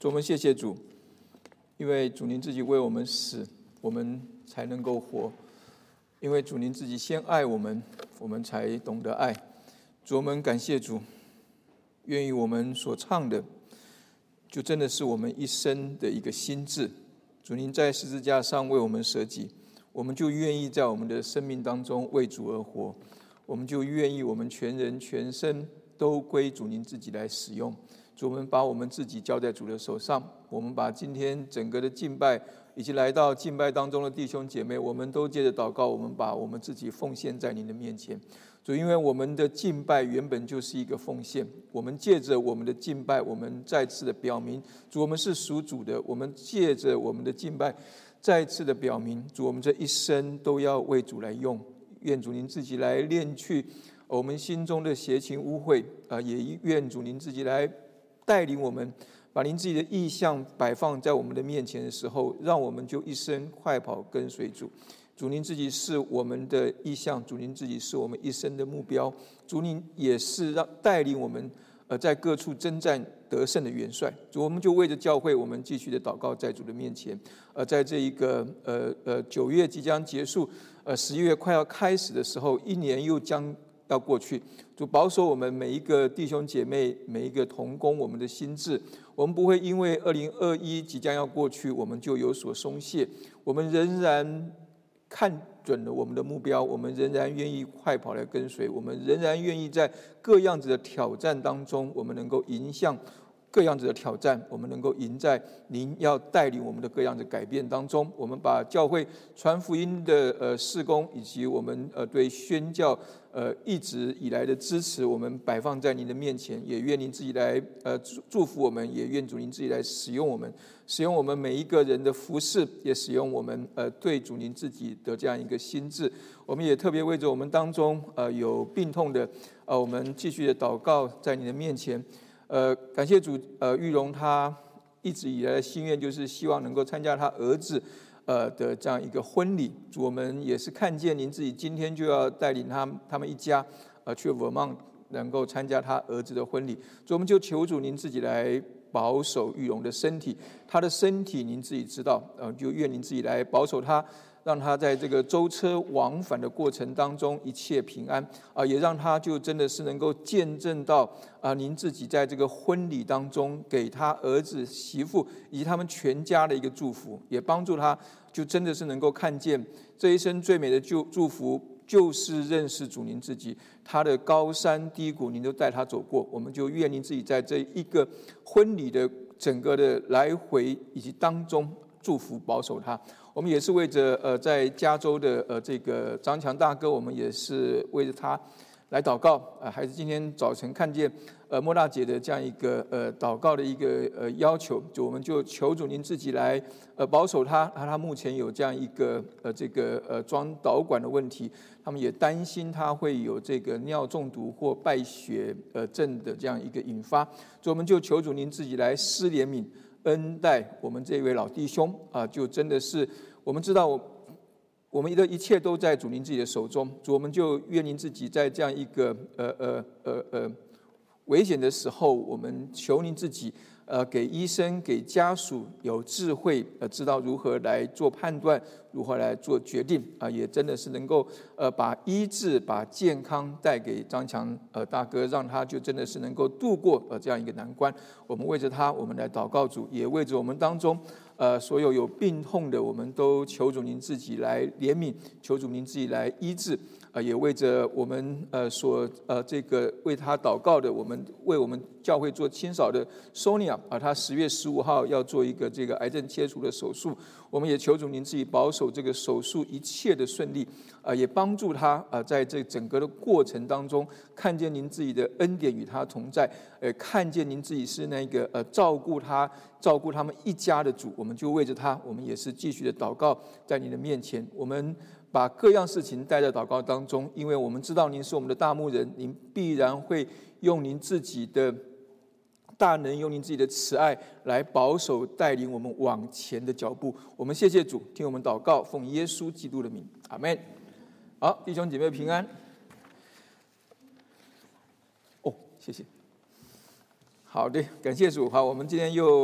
主，我们谢谢主，因为主您自己为我们死，我们才能够活。因为主您自己先爱我们，我们才懂得爱。主，我们感谢主，愿意我们所唱的，就真的是我们一生的一个心志。主，您在十字架上为我们舍己，我们就愿意在我们的生命当中为主而活，我们就愿意我们全人全身都归主您自己来使用。主，我们把我们自己交在主的手上，我们把今天整个的敬拜以及来到敬拜当中的弟兄姐妹，我们都借着祷告，我们把我们自己奉献在您的面前。主，因为我们的敬拜原本就是一个奉献，我们借着我们的敬拜，我们再次的表明，主，我们是属主的。我们借着我们的敬拜，再次的表明，主，我们这一生都要为主来用。愿主您自己来炼去我们心中的邪情污秽，也愿主您自己来带领我们，把您自己的意象摆放在我们的面前的时候，让我们就一生快跑跟随主。主，您自己是我们的意象，主，您自己是我们一生的目标，主，您也是带领我们在各处征战得胜的元帅。主，我们就为着教会，我们继续的祷告在主的面前。在这一个9月即将结束，11月快要开始的时候，一年又将要过去。主，保守我们每一个弟兄姐妹，每一个同工，我们的心志，我们不会因为2021即将要过去，我们就有所松懈。我们仍然看准了我们的目标，我们仍然愿意快跑来跟随，我们仍然愿意在各样子的挑战当中，我们能够迎向各样子的挑战，我们能够赢在您要带领我们的各样子改变当中。我们把教会传福音的事工，以及我们对宣教一直以来的支持，我们摆放在您的面前，也愿您自己来祝福我们，也愿主您自己来使用我们，使用我们每一个人的服事，也使用我们对主您自己的这样一个心志。我们也特别为着我们当中有病痛的我们继续的祷告在你的面前。感谢主，玉荣他一直以来的心愿就是希望能够参加他儿子的这样一个婚礼。主，我们也是看见您自己今天就要带领他们一家去Vermont能够参加他儿子的婚礼。主，我们就求主您自己来保守玉荣的身体，他的身体您自己知道，就愿您自己来保守他，让他在这个舟车往返的过程当中一切平安，也让他就真的是能够见证到您自己在这个婚礼当中给他儿子媳妇以及他们全家的一个祝福，也帮助他就真的是能够看见这一生最美的祝福就是认识主您自己，他的高山低谷您都带他走过。我们就愿您自己在这一个婚礼的整个的来回以及当中祝福保守他。我们也是为着在加州的这个张强大哥，我们也是为着他来祷告。还是今天早晨看见莫大姐的这样一个祷告的一个要求，就我们就求主您自己来保守他。他目前有这样一个这个装导管的问题，他们也担心他会有这个尿中毒或败血症的这样一个引发，所以我们就求主您自己来施怜悯恩待我们这位老弟兄就真的是我们知道我们的一切都在主您自己的手中。主，我们就愿您自己在这样一个危险的时候，我们求您自己给医生给家属有智慧，知道如何来做判断，如何来做决定也真的是能够把医治把健康带给张强大哥，让他就真的是能够度过这样一个难关。我们为着他我们来祷告主，也为着我们当中所有病痛的，我们都求主您自己来怜悯，求主您自己来医治也为着我们所这个为他祷告的，我们为我们教会做清扫的 Sonia他10月15号要做一个这个癌症切除的手术，我们也求主您自己保守这个手术一切的顺利也帮助他在这整个的过程当中看见您自己的恩典与他同在，看见您自己是那个照顾他们一家的主。我们就为着他，我们也是继续的祷告在您的面前，我们把各样事情带在祷告当中，因为我们知道您是我们的大牧人，您必然会用您自己的大能，用您自己的慈爱来保守带领我们往前的脚步。我们谢谢主，听我们祷告，奉耶稣基督的名，阿们。好，弟兄姐妹平安。谢谢。好的，感谢主。好，我们今天又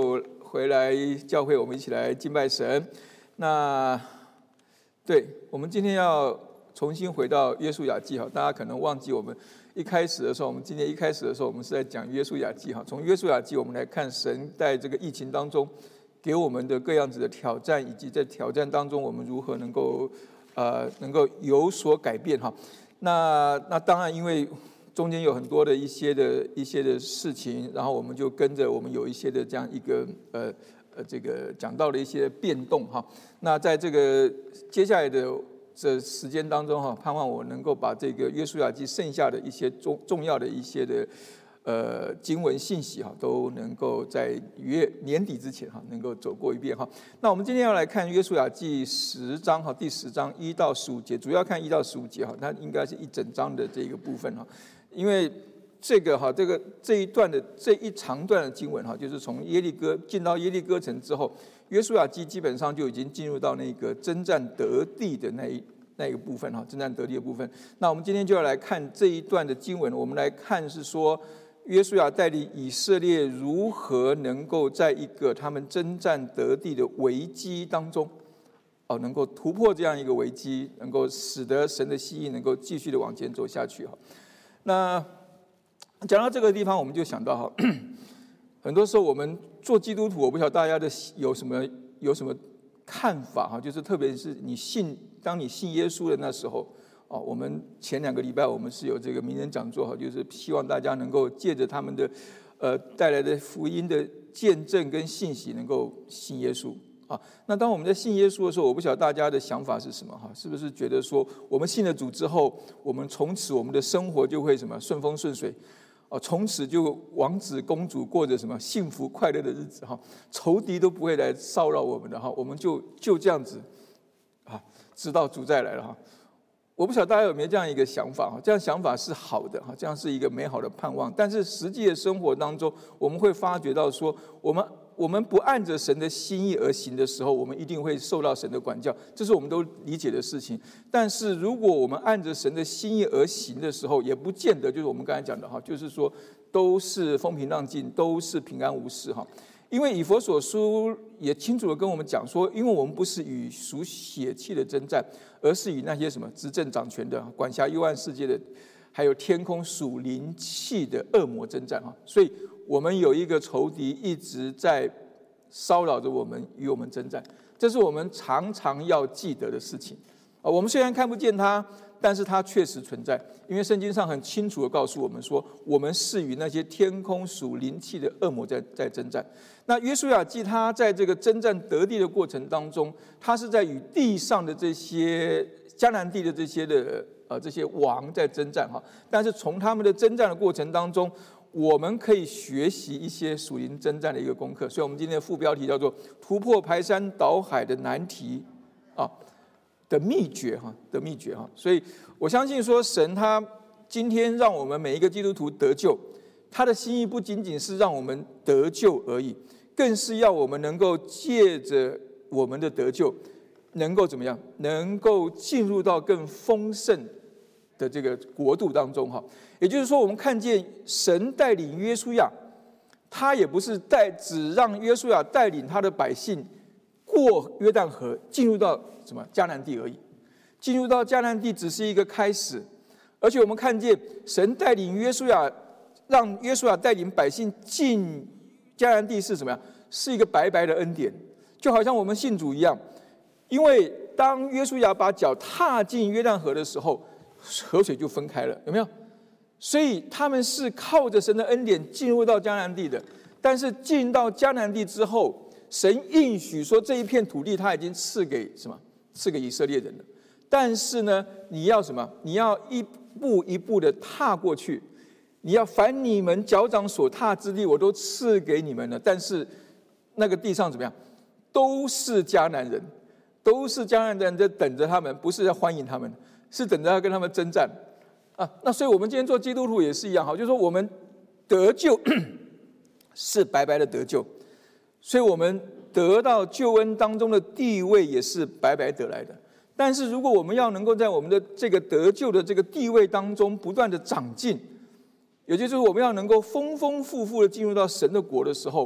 回来教会，我们一起来敬拜神。那对，我们今天要重新回到约书亚记，大家可能忘记我们一开始的时候，我们今天一开始的时候，我们是在讲约书亚记。从约书亚记我们来看神在这个疫情当中给我们的各样子的挑战，以及在挑战当中我们如何能够有所改变。那当然因为中间有很多的一些的事情，然后我们就跟着我们有一些的这样一个这个讲到的一些变动。那在这个接下来的这时间当中，盼望我能够把这个约书亚记剩下的一些重要的一些的经文信息都能够在年底之前能够走过一遍。那我们今天要来看约书亚记10章第10章1到15节，主要看1到15节，它应该是一整章的这个部分。因为这一长段的经文就是从耶利哥进到耶利哥城之后，约书亚记基本上就已经进入到那个征战得地的那一个部分，征战得地的部分。那我们今天就要来看这一段的经文，我们来看是说约书亚带领以色列如何能够在一个他们征战得地的危机当中，能够突破这样一个危机，能够使得神的心意能够继续的往前走下去。那讲到这个地方，我们就想到很多时候我们做基督徒，我不晓得大家的有什么看法，就是特别是当你信耶稣的那时候，我们前2个礼拜我们是有这个名人讲座，就是希望大家能够借着他们的带来的福音的见证跟信息，能够信耶稣。那当我们在信耶稣的时候，我不晓得大家的想法是什么，是不是觉得说我们信了主之后，我们从此我们的生活就会什么顺风顺水，从此就王子公主过着什么幸福快乐的日子，仇敌都不会来骚扰我们的，我们就这样子直到主再来了。我不晓得大家有没有这样一个想法，这样想法是好的，这样是一个美好的盼望。但是实际的生活当中，我们会发觉到说，我们不按着神的心意而行的时候，我们一定会受到神的管教，这是我们都理解的事情。但是如果我们按着神的心意而行的时候，也不见得就是我们刚才讲的，就是说都是风平浪静，都是平安无事。因为以弗所书也清楚的跟我们讲说，因为我们不是与属血气的征战，而是与那些什么执政掌权的、管辖幽暗世界的，还有天空属灵气的恶魔征战。所以我们有一个仇敌一直在骚扰着我们，与我们征战，这是我们常常要记得的事情。我们虽然看不见它，但是它确实存在，因为圣经上很清楚的告诉我们说，我们是与那些天空属灵气的恶魔在征战。那约书亚记他在这个征战得地的过程当中，他是在与地上的这些迦南地的这些王在征战。但是从他们的征战的过程当中，我们可以学习一些属灵征战的一个功课。所以我们今天的副标题叫做突破排山倒海的难题的秘诀。所以我相信说，神他今天让我们每一个基督徒得救，他的心意不仅仅是让我们得救而已，更是要我们能够借着我们的得救，能够怎么样？能够进入到更丰盛的这个国度当中。也就是说，我们看见神带领约书亚，他也不是只让约书亚带领他的百姓过约旦河进入到什么迦南地而已，进入到迦南地只是一个开始，而且我们看见神带领约书亚，让约书亚带领百姓进迦南地是什么呀？是一个白白的恩典，就好像我们信主一样。因为当约书亚把脚踏进约旦河的时候，河水就分开了，有没有？所以他们是靠着神的恩典进入到迦南地的。但是进到迦南地之后，神应许说这一片土地他已经赐给什么？赐给以色列人了。但是呢，你要什么？你要一步一步的踏过去。你要凡你们脚掌所踏之地，我都赐给你们了。但是那个地上怎么样？都是迦南人，都是迦南人在等着他们，不是在欢迎他们，是等着要跟他们征战。那所以我们今天做基督徒也是一样，就是说我们得救是白白的得救，所以我们得到救恩当中的地位也是白白得来的。但是如果我们要能够在我们的这个得救的这个地位当中不断的长进，也就是我们要能够丰丰富富的进入到神的国的时候，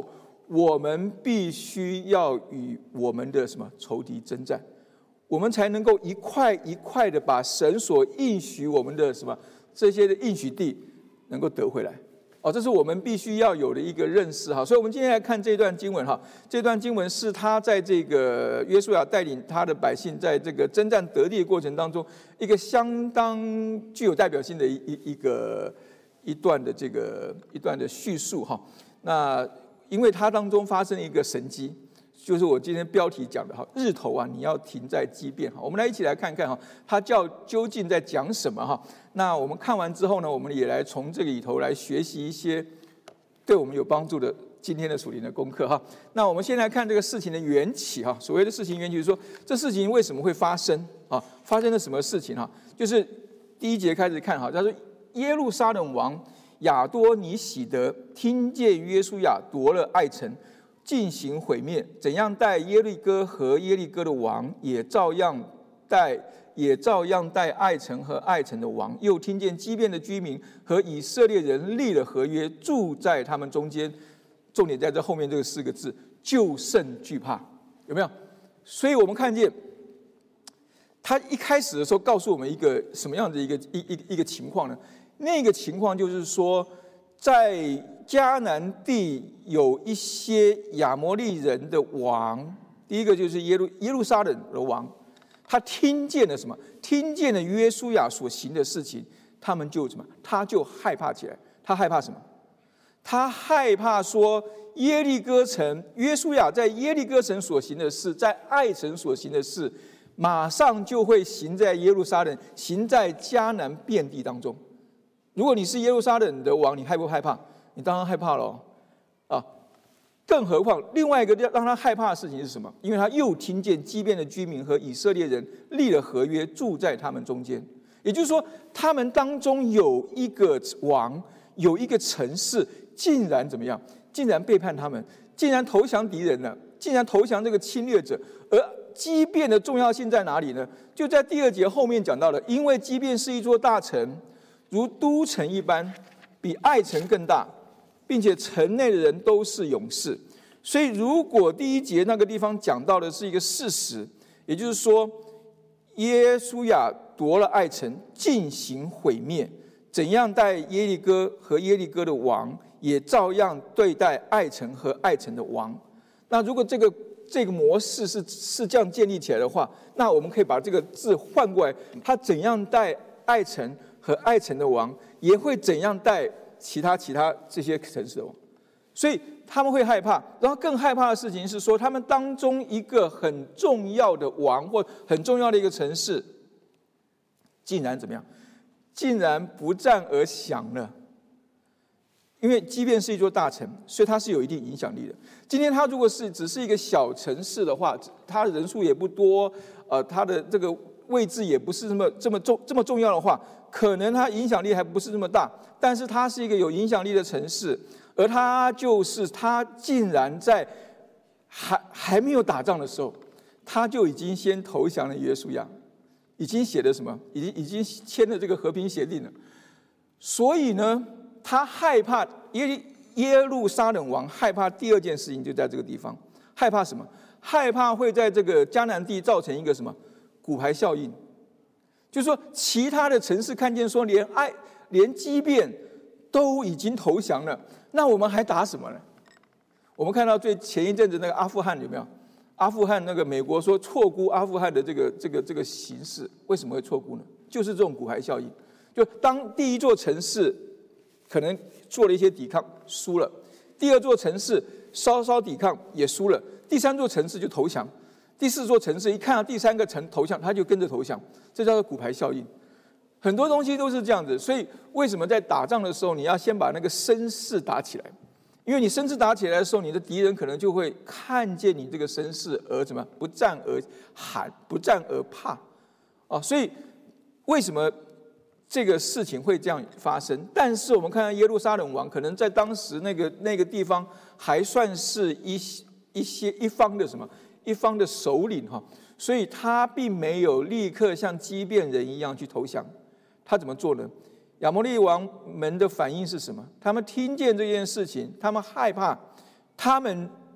我们必须要与我们的什么仇敌征战，我们才能够一块一块的把神所应许我们的什么这些的应许地能够得回来。这是我们必须要有的一个认识哈。所以我们今天来看这段经文哈。这段经文是他在这个约书亚带领他的百姓在这个征战得地的过程当中，一个相当具有代表性的一段的叙述哈。那因为它当中发生了一个神迹，就是我今天标题讲的哈，日头啊，你要停在畸变哈。我们来一起来看看哈，它究竟在讲什么哈？那我们看完之后呢，我们也来从这个里头来学习一些对我们有帮助的今天的属灵的功课哈。那我们先来看这个事情的缘起哈。所谓的事情缘起，就是说这事情为什么会发生啊？发生了什么事情哈？就是第一节开始看哈，他说耶路撒冷王亚多尼喜德听见约书亚夺了爱城，进行毁灭，怎样待耶利哥和耶利哥的王，也照样待爱城和爱城的王。又听见畸变的居民和以色列人立了合约，住在他们中间。重点在这后面这个4个字：就甚惧怕。有没有？所以我们看见他一开始的时候告诉我们一个什么样的一个情况呢？那个情况就是说，在迦南地有一些亚摩利人的王，第一个就是耶路撒冷的王，他听见了什么？听见了约书亚所行的事情，他们就什么？他就害怕起来。他害怕什么？他害怕说耶利哥城，约书亚在耶利哥城所行的事，在爱城所行的事，马上就会行在耶路撒冷，行在迦南遍地当中。如果你是耶路撒冷的王，你害不害怕？你当然害怕了啊！更何况另外一个让他害怕的事情是什么？因为他又听见畸变的居民和以色列人立了合约，住在他们中间。也就是说，他们当中有一个王，有一个城市，竟然怎么样？竟然背叛他们，竟然投降敌人了，竟然投降这个侵略者。而畸变的重要性在哪里呢？就在第2节后面讲到了，因为畸变是一座大城，如都城一般，比爱城更大，并且城内的人都是勇士。所以如果第1节那个地方讲到的是一个事实，也就是说耶书亚夺了爱城，进行毁灭，怎样待耶利哥和耶利哥的王，也照样对待爱城和爱城的王。那如果这个模式是这样建立起来的话，那我们可以把这个字换过来，他怎样待爱城和爱城的王，也会怎样待其他这些城市的王。所以他们会害怕。然后更害怕的事情是说，他们当中一个很重要的王或很重要的一个城市，竟然怎么样？竟然不战而降了。因为即便是一座大城，所以它是有一定影响力的。今天它如果只是一个小城市的话，它的人数也不多，它的这个位置也不是这么重要的话，可能它影响力还不是这么大。但是它是一个有影响力的城市，而它竟然在还没有打仗的时候，他就已经先投降了约书亚，已经写了什么？已经签了这个和平协定了。所以呢，他害怕耶路撒冷王害怕第2件事情就在这个地方，害怕什么？害怕会在这个迦南地造成一个什么骨牌效应，就是说其他的城市看见说连畸变都已经投降了，那我们还打什么呢？我们看到前一阵子那个阿富汗有没有？阿富汗那个美国说错估阿富汗的这个形势，为什么会错估呢？就是这种骨牌效应。就当第一座城市可能做了一些抵抗输了，第2座城市稍稍抵抗也输了，第3座城市就投降，第4座城市一看到第3个城投降，他就跟着投降，这叫做骨牌效应。很多东西都是这样子，所以为什么在打仗的时候你要先把那个声势打起来？因为你声势打起来的时候，你的敌人可能就会看见你这个声势而怎么不战而喊，不战而怕所以为什么这个事情会这样发生？但是我们看到耶路撒冷王可能在当时那个地方还算是一方的什么一方的首领所以他并没有立刻像畸变人一样去投降。他怎么做呢？亚摩利王们的反应是什么？他们听见这件事情，他们害怕，他们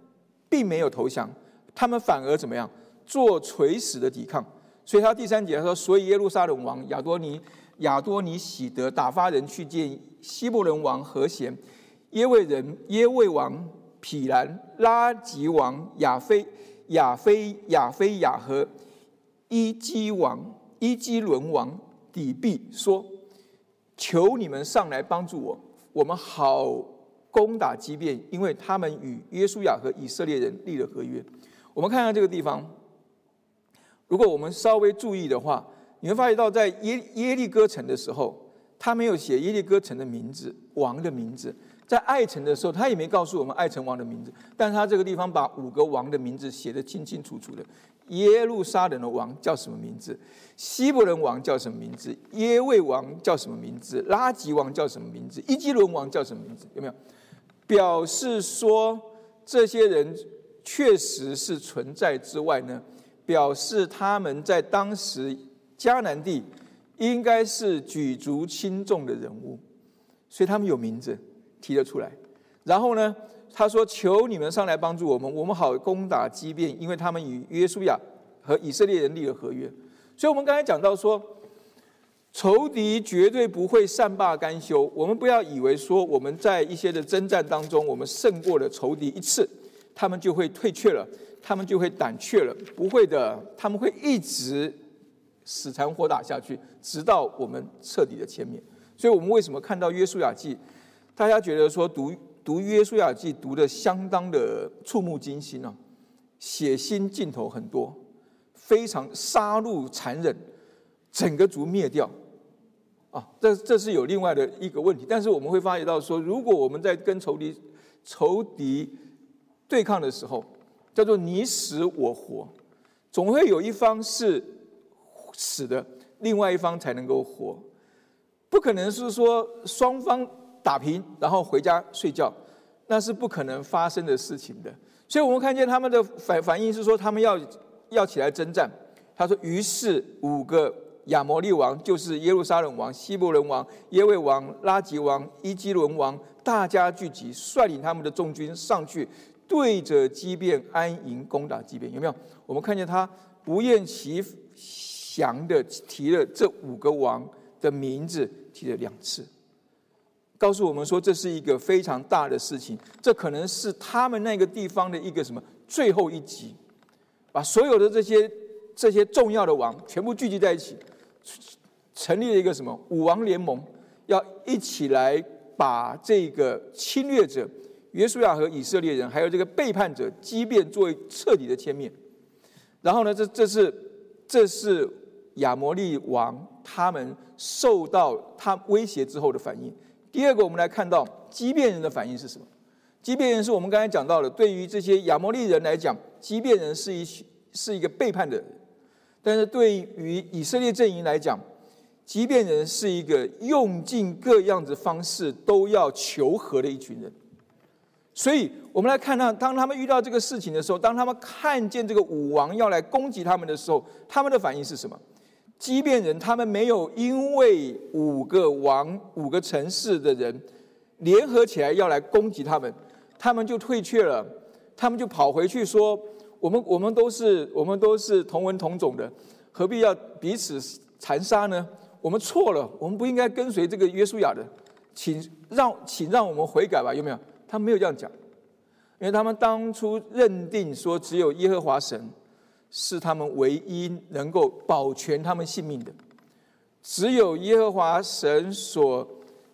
并没有投降，他们反而怎么样？做垂死的抵抗。所以他第3节他说：所以耶路撒冷王亚多尼喜得打发人去见希伯伦王何咸、耶卫王毗兰、拉吉王亚非雅和伊基伦王底毕，说：求你们上来帮助我，我们好攻打基遍，因为他们与约书亚和以色列人立了合约。我们看看这个地方，如果我们稍微注意的话，你会发现到在耶利哥城的时候，他没有写耶利哥城的名字、王的名字；在爱城的时候，他也没告诉我们爱城王的名字，但是他这个地方把5个王的名字写得清清楚楚的。耶路撒冷的王叫什么名字？希伯伦王叫什么名字？耶卫王叫什么名字？拉吉王叫什么名字？伊基伦王叫什么名字？有没有？表示说这些人确实是存在之外呢，表示他们在当时迦南地应该是举足轻重的人物，所以他们有名字提了出来。然后呢，他说：求你们上来帮助我们，我们好攻打基遍，因为他们与约书亚和以色列人立了合约。所以我们刚才讲到说，仇敌绝对不会善罢甘休。我们不要以为说我们在一些的征战当中，我们胜过了仇敌一次，他们就会退却了，他们就会胆怯了。不会的，他们会一直死缠活打下去，直到我们彻底的歼灭。所以我们为什么看到约书亚记，大家觉得说读约书亚记读得相当的触目惊心啊，血腥镜头很多，非常杀戮残忍，整个族灭掉啊，这是有另外的一个问题。但是我们会发觉到说，如果我们在跟仇敌对抗的时候，叫做你死我活，总会有一方是死的，另外一方才能够活，不可能是说双方打平然后回家睡觉，那是不可能发生的事情的。所以我们看见他们的反应是说，他们要起来征战。他说：于是5个亚摩利王，就是耶路撒冷王、希伯伦王、耶卫王、拉吉王、伊基伦王，大家聚集，率领他们的众军上去，对着基遍安营，攻打基遍。有没有？我们看见他不厌其详的提了这5个王的名字，提了2次，告诉我们说这是一个非常大的事情。这可能是他们那个地方的一个什么最后一击，把所有的这些重要的王全部聚集在一起，成立了一个什么5王联盟，要一起来把这个侵略者约书亚和以色列人，还有这个背叛者基遍作为彻底的歼灭。然后呢，这是亚摩利王他们受到他威胁之后的反应。第二个，我们来看到基遍人的反应是什么？基遍人是我们刚才讲到的，对于这些亚摩利人来讲，基遍人是一个背叛的人；但是对于以色列阵营来讲，基遍人是一个用尽各样子方式都要求和的一群人。所以我们来看到，当他们遇到这个事情的时候，当他们看见这个5王要来攻击他们的时候，他们的反应是什么？基遍人他们没有因为5个王、5个城市的人联合起来要来攻击他们，他们就退却了，他们就跑回去说：我们都是同文同种的，何必要彼此残杀呢？我们错了，我们不应该跟随这个约书亚的，请让我们悔改吧，有没有？他们没有这样讲，因为他们当初认定说，只有耶和华神是他们唯一能够保全他们性命的，只有耶和华神所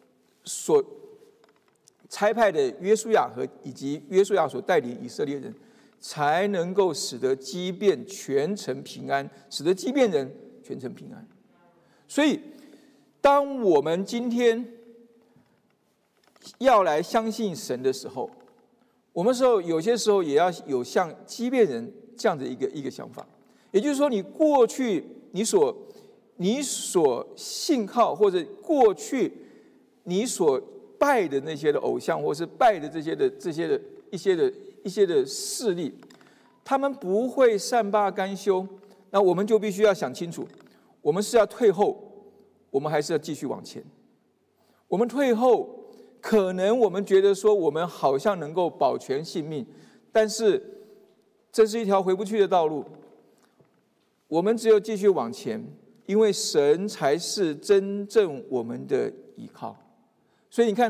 差派的约书亚以及约书亚所带领以色列人，才能够使得基遍全城平安，使得基遍人全城平安。所以，当我们今天要来相信神的时候，我们有些时候也要有像基遍人这样的一个想法。也就是说，你過去你所信靠，或者过去你所拜的那些的偶像，或是拜的这些的一些的势力，他们不会善罢甘休。那我们就必须要想清楚，我们是要退后，我们还是要继续往前？我们退后，可能我们觉得说我们好像能够保全性命，但是这是一条回不去的道路。我们只有继续往前，因为神才是真正我们的依靠。所以你看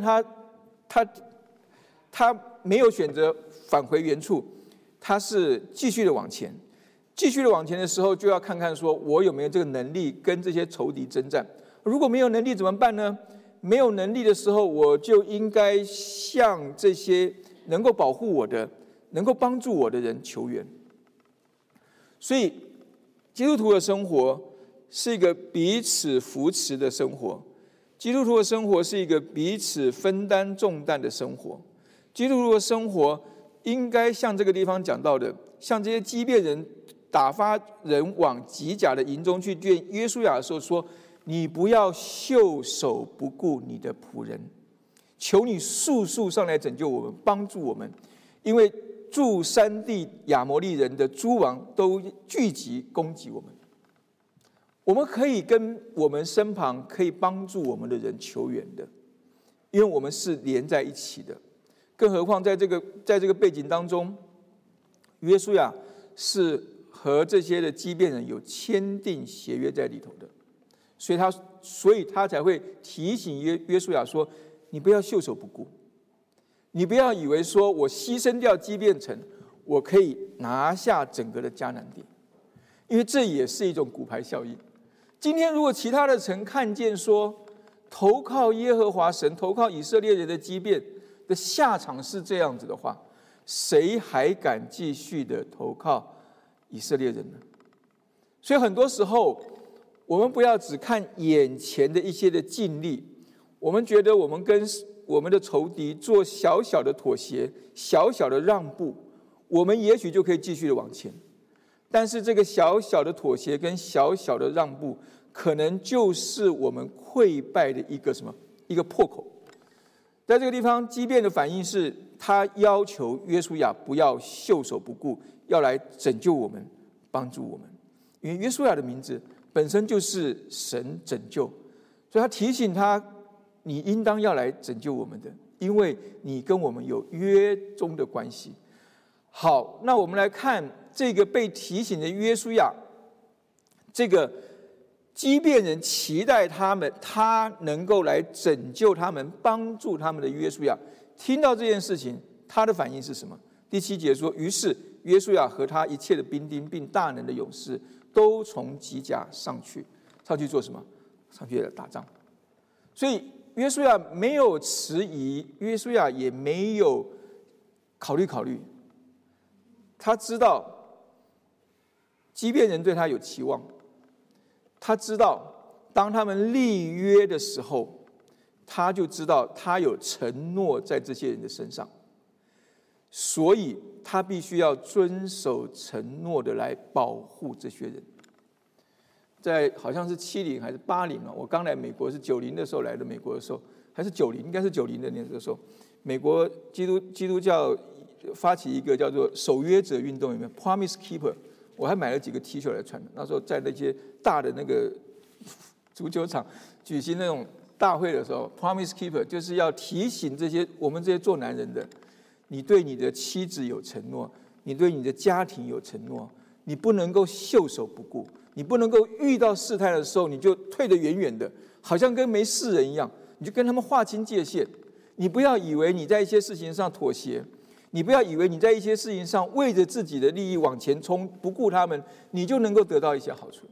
他没有选择返回原处，他是继续的往前。继续的往前的时候，就要看看说我有没有这个能力跟这些仇敌征战。如果没有能力怎么办呢？没有能力的时候，我就应该向这些能够保护我的、能够帮助我的人求援。所以基督徒的生活是一个彼此扶持的生活，基督徒的生活是一个彼此分担重担的生活。基督徒的生活应该像这个地方讲到的，像这些基遍人打发人往吉甲的营中去见约书亚的时候说，你不要袖手不顾你的仆人，求你速速上来拯救我们，帮助我们，因为住山地亚摩利人的诸王都聚集攻击我们。我们可以跟我们身旁可以帮助我们的人求援的，因为我们是连在一起的。更何况在这个背景当中，约书亚是和这些的基遍人有签订协约在里头的，所以他才会提醒约书亚说，你不要袖手不顾，你不要以为说我牺牲掉基遍城，我可以拿下整个的迦南地，因为这也是一种骨牌效应。今天如果其他的城看见说投靠耶和华神、投靠以色列人的基遍的下场是这样子的话，谁还敢继续的投靠以色列人呢？所以很多时候我们不要只看眼前的一些的尽力，我们觉得我们跟我们的仇敌做小小的妥协、小小的让步，我们也许就可以继续的往前。但是这个小小的妥协跟小小的让步，可能就是我们溃败的一个破口。在这个地方，基遍的反应是，他要求约书亚不要袖手不顾，要来拯救我们，帮助我们。因为约书亚的名字本身就是神拯救，所以他提醒他，你应当要来拯救我们的，因为你跟我们有约中的关系。好，那我们来看这个被提醒的约书亚，这个基遍人期待他能够来拯救他们、帮助他们的约书亚，听到这件事情，他的反应是什么？第7节说，于是约书亚和他一切的兵丁并大能的勇士都从吉甲上去做什么？上去打仗。所以约书亚没有迟疑，约书亚也没有考虑，他知道基遍人对他有期望，他知道当他们立约的时候，他就知道他有承诺在这些人的身上，所以他必须要遵守承诺的来保护这些人。在好像是70还是80我刚来美国是90的时候来的美国的时候，还是90，应该是90的年的时候，美国基督教发起一个叫做守约者运动，有没有 Promise Keeper？ 我还买了几个 T 恤来穿。那时候在那些大的那个足球场举行那种大会的时候 ，Promise Keeper 就是要提醒我们这些做男人的，你对你的妻子有承诺，你对你的家庭有承诺，你不能够袖手不顾，你不能够遇到试探的时候你就退得远远的，好像跟没事人一样，你就跟他们划清界限。你不要以为你在一些事情上妥协，你不要以为你在一些事情上为着自己的利益往前冲，不顾他们，你就能够得到一些好处。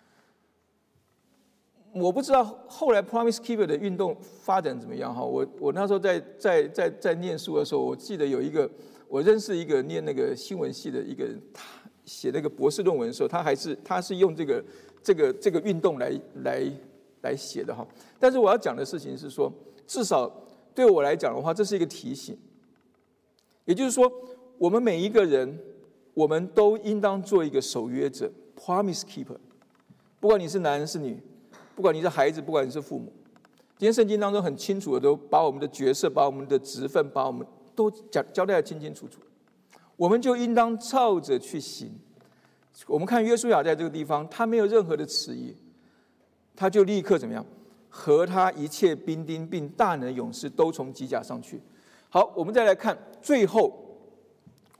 我不知道后来 Promise Keeper 的运动发展怎么样哈。我那时候在念书的时候，我记得我认识一个念那个新闻系的一个人，他写那个博士论文的时候，他是用这个运动来写的哈。但是我要讲的事情是说，至少对我来讲的话，这是一个提醒。也就是说，我们每一个人，我们都应当做一个守约者 ，Promise Keeper。不管你是男人是女，不管你是孩子，不管你是父母，今天圣经当中很清楚的都把我们的角色、把我们的职分、把我们都交代得清清楚楚。我们就应当照着去行。我们看约书亚在这个地方，他没有任何的迟疑，他就立刻怎么样？和他一切兵丁并大能的勇士都从吉甲上去。好，我们再来看最后，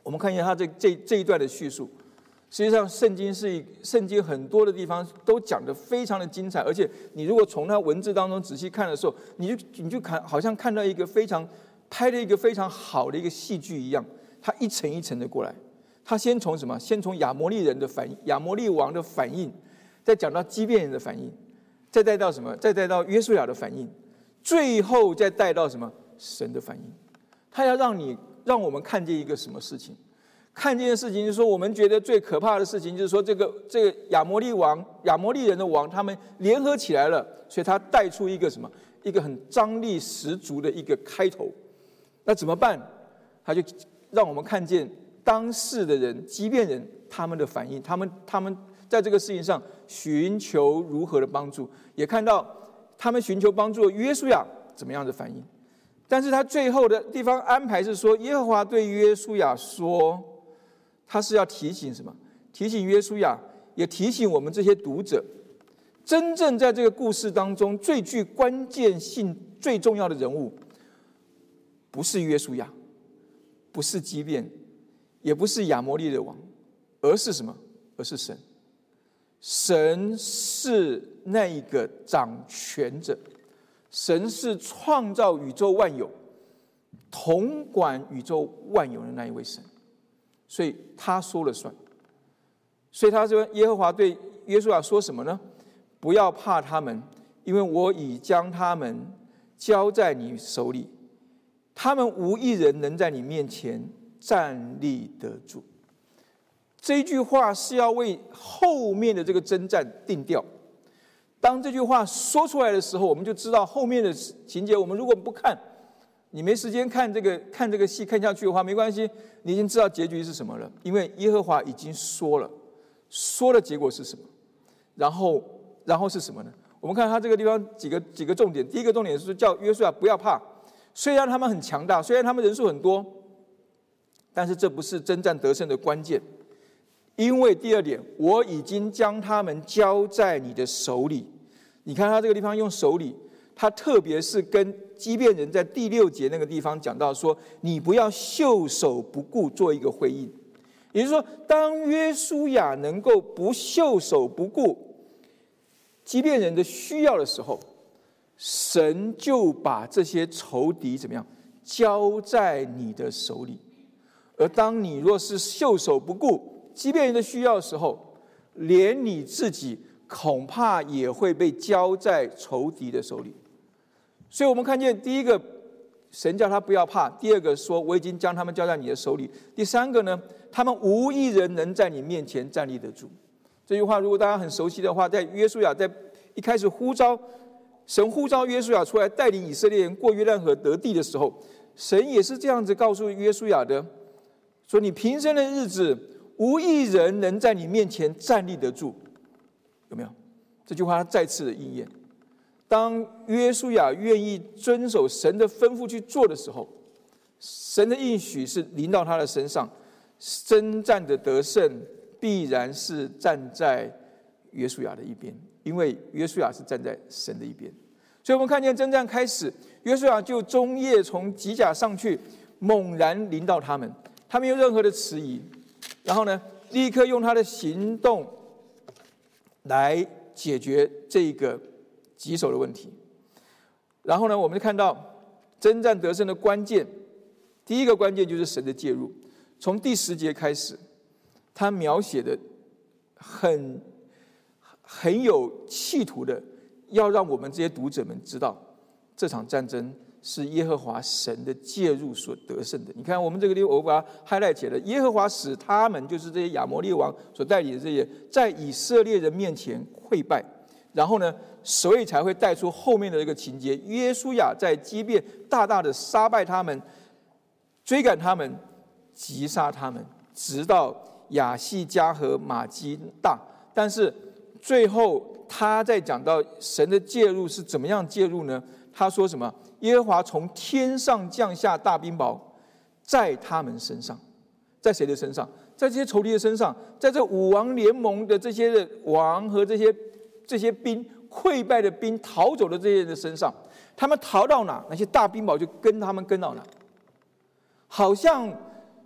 我们看一下他这一段的叙述。实际上，圣经很多的地方都讲得非常的精彩，而且你如果从它文字当中仔细看的时候，你就好像看到一个拍了一个非常好的一个戏剧一样，它一层一层的过来。他先从什么？先从亚摩利人的反应，亚摩利王的反应，再讲到基遍人的反应，再带到什么？再带到约书亚的反应，最后再带到什么？神的反应。他要让我们看见一个什么事情？看见的事情就是说，我们觉得最可怕的事情就是说，这个亚摩利人的王，他们联合起来了，所以他带出一个什么？一个很张力十足的一个开头。那怎么办？他就让我们看见当世的人，基遍人他们的反应，他们在这个事情上寻求如何的帮助，也看到他们寻求帮助的约书亚怎么样的反应。但是他最后的地方安排是说，耶和华对约书亚说，他是要提醒什么？提醒约书亚，也提醒我们这些读者，真正在这个故事当中最具关键性、最重要的人物，不是约书亚，不是基遍，也不是亚摩利的王，而是什么？而是神。神是那一个掌权者，神是创造宇宙万有、统管宇宙万有的那一位神。所以他说了算。所以他说，耶和华对约书亚说什么呢？不要怕他们，因为我已将他们交在你手里，他们无一人能在你面前站立得住。这一句话是要为后面的这个征战定调。当这句话说出来的时候，我们就知道后面的情节。我们如果不看，你没时间看这个戏看下去的话，没关系，你已经知道结局是什么了。因为耶和华已经说了，说的结果是什么？然后是什么呢？我们看他这个地方几个重点。第一个重点是叫约书亚不要怕，虽然他们很强大，虽然他们人数很多，但是这不是征战得胜的关键。因为第二点，我已经将他们交在你的手里。你看他这个地方用手里，他特别是跟基遍人在第6节那个地方讲到说，你不要袖手不顾，做一个回应。也就是说，当约书亚能够不袖手不顾基遍人的需要的时候，神就把这些仇敌怎么样交在你的手里。而当你若是袖手不顾基遍人的需要的时候，连你自己恐怕也会被交在仇敌的手里。所以我们看见，第一个，神叫他不要怕；第二个说，我已经将他们交在你的手里；第三个呢，他们无一人能在你面前站立得住。这句话如果大家很熟悉的话，在约书亚在一开始神呼召约书亚出来带领以色列人过约旦河得地的时候，神也是这样子告诉约书亚的，说你平生的日子无一人能在你面前站立得住。有没有？这句话再次的应验。当约书亚愿意遵守神的吩咐去做的时候，神的应许是临到他的身上，征战的得胜必然是站在约书亚的一边，因为约书亚是站在神的一边。所以我们看见征战开始，约书亚就中夜从吉甲上去，猛然临到他们，他没有任何的迟疑，然后呢，立刻用他的行动来解决这个棘手的问题。然后呢，我们就看到征战得胜的关键，第一个关键就是神的介入。从第10节开始，他描写的很有企图的，要让我们这些读者们知道，这场战争是耶和华神的介入所得胜的。你看我们这个地方，我把它 highlight 起来了，耶和华使他们，就是这些亚摩利王所带领的这些，在以色列人面前溃败。然后呢，所以才会带出后面的这个情节，约书亚在基遍大大的杀败他们，追赶他们，击杀他们，直到亚细加和马基大。但是最后他在讲到神的介入是怎么样介入呢？他说什么？耶和华从天上降下大冰雹，在他们身上。在谁的身上？在这些仇敌的身上，在这5王联盟的这些的王和这些兵溃败的兵逃走的这些人的身上。他们逃到哪，那些大冰雹就跟他们跟到哪。好像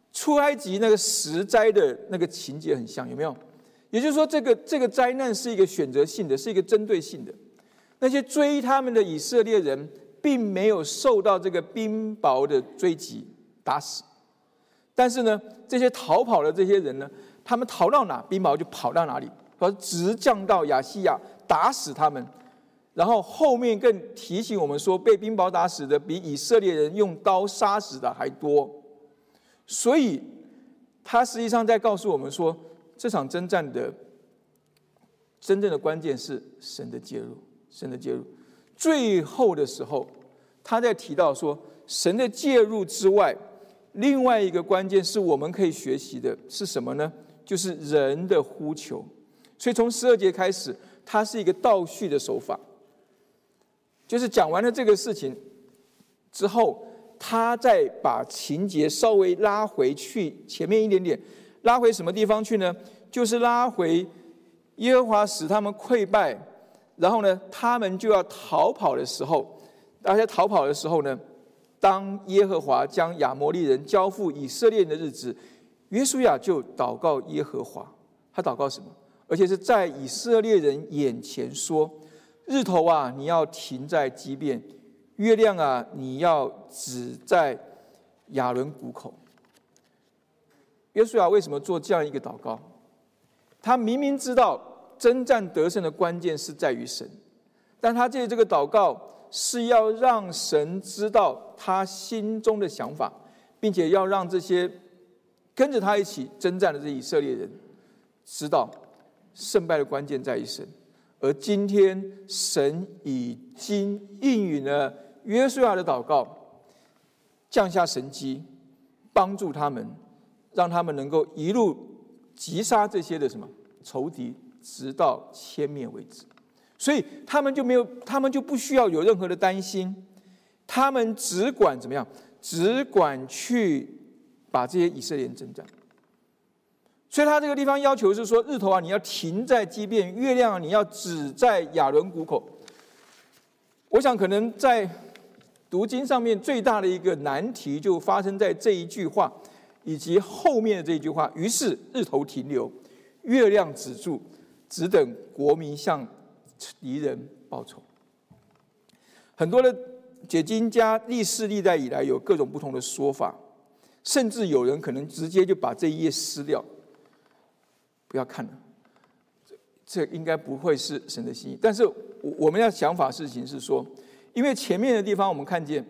出埃及那个10灾的那个情节很像，有没有？也就是说，这个灾难是一个选择性的，是一个针对性的。那些追他们的以色列人，并没有受到这个冰雹的追击打死，但是呢，这些逃跑的这些人呢，他们逃到哪，冰雹就跑到哪里，直降到亚细亚，打死他们。然后后面更提醒我们说，被冰雹打死的比以色列人用刀杀死的还多。所以他实际上在告诉我们说，这场征战的真正的关键是神的介入。神的介入，最后的时候，他在提到说，神的介入之外，另外一个关键是我们可以学习的是什么呢？就是人的呼求。所以从12节开始，它是一个倒叙的手法，就是讲完了这个事情之后，他再把情节稍微拉回去前面一点点，拉回什么地方去呢？就是拉回耶和华使他们溃败，然后呢，他们就要逃跑的时候，大家逃跑的时候呢，当耶和华将亚摩利人交付以色列人的日子，约书亚就祷告耶和华。他祷告什么？而且是在以色列人眼前说：日头啊，你要停在基遍；月亮啊，你要止在亚伦谷口。约书亚为什么做这样一个祷告？他明明知道征战得胜的关键是在于神，但他借这个祷告是要让神知道他心中的想法，并且要让这些跟着他一起征战的这以色列人知道胜败的关键在于神。而今天神已经应允了约书亚的祷告，降下神迹，帮助他们，让他们能够一路击杀这些的什么仇敌，直到歼灭为止。所以他们就不需要有任何的担心，他们只管怎么样？只管去把这些以色列人征战。所以他这个地方要求是说，日头啊，你要停在基遍；月亮啊，你要止在亚伦谷口。我想可能在读经上面最大的一个难题就发生在这一句话以及后面的这一句话。于是日头停留，月亮止住，只等国民向敌人报仇。很多的解经家历世历代以来有各种不同的说法，甚至有人可能直接就把这一页撕掉，不要看了，这应该不会是神的心意。但是我们要想法事情是说，因为前面的地方我们看见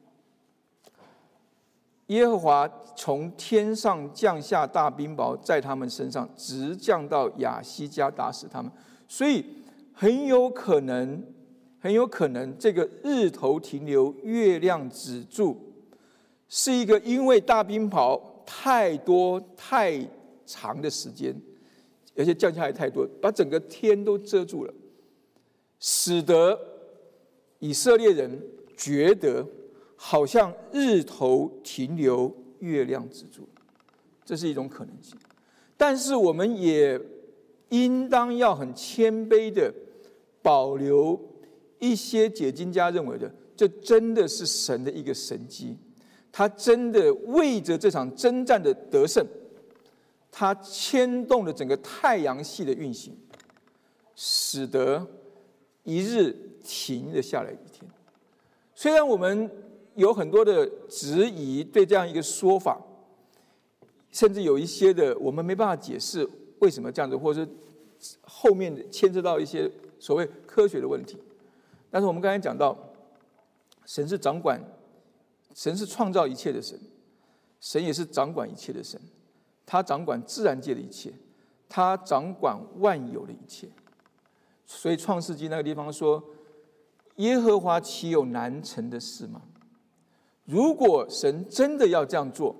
耶和华从天上降下大冰雹在他们身上，直降到亚西加，打死他们。所以很有可能这个日头停留，月亮止住，是一个因为大冰雹太多太长的时间，而且降下来太多，把整个天都遮住了，使得以色列人觉得好像日头停留，月亮止住，这是一种可能性。但是我们也应当要很谦卑的保留一些解经家认为的，这真的是神的一个神迹，他真的为着这场征战的得胜，他牵动了整个太阳系的运行，使得一日停了下来一天。虽然我们有很多的质疑对这样一个说法，甚至有一些的我们没办法解释为什么这样子，或者是后面牵涉到一些所谓科学的问题。但是我们刚才讲到，神是掌管，神是创造一切的神，神也是掌管一切的神，他掌管自然界的一切，他掌管万有的一切。所以创世纪那个地方说，耶和华岂有难成的事吗？如果神真的要这样做，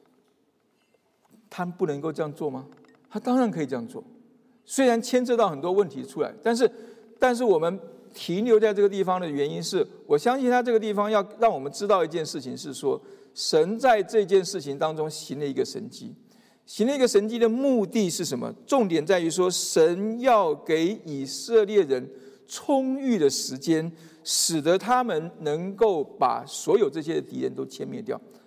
他不能够这样做吗？他当然可以这样做，虽然牵涉到很多问题出来，但是我们停留在这个地方的原因是，我相信他这个地方要让我们知道一件事情，是说神在这件事情当中行了一个神迹。行了一个神迹的目的是什么？重点在于说，神要给以色列人充裕的时间，使得他们能够把所有这些敌人都歼灭掉。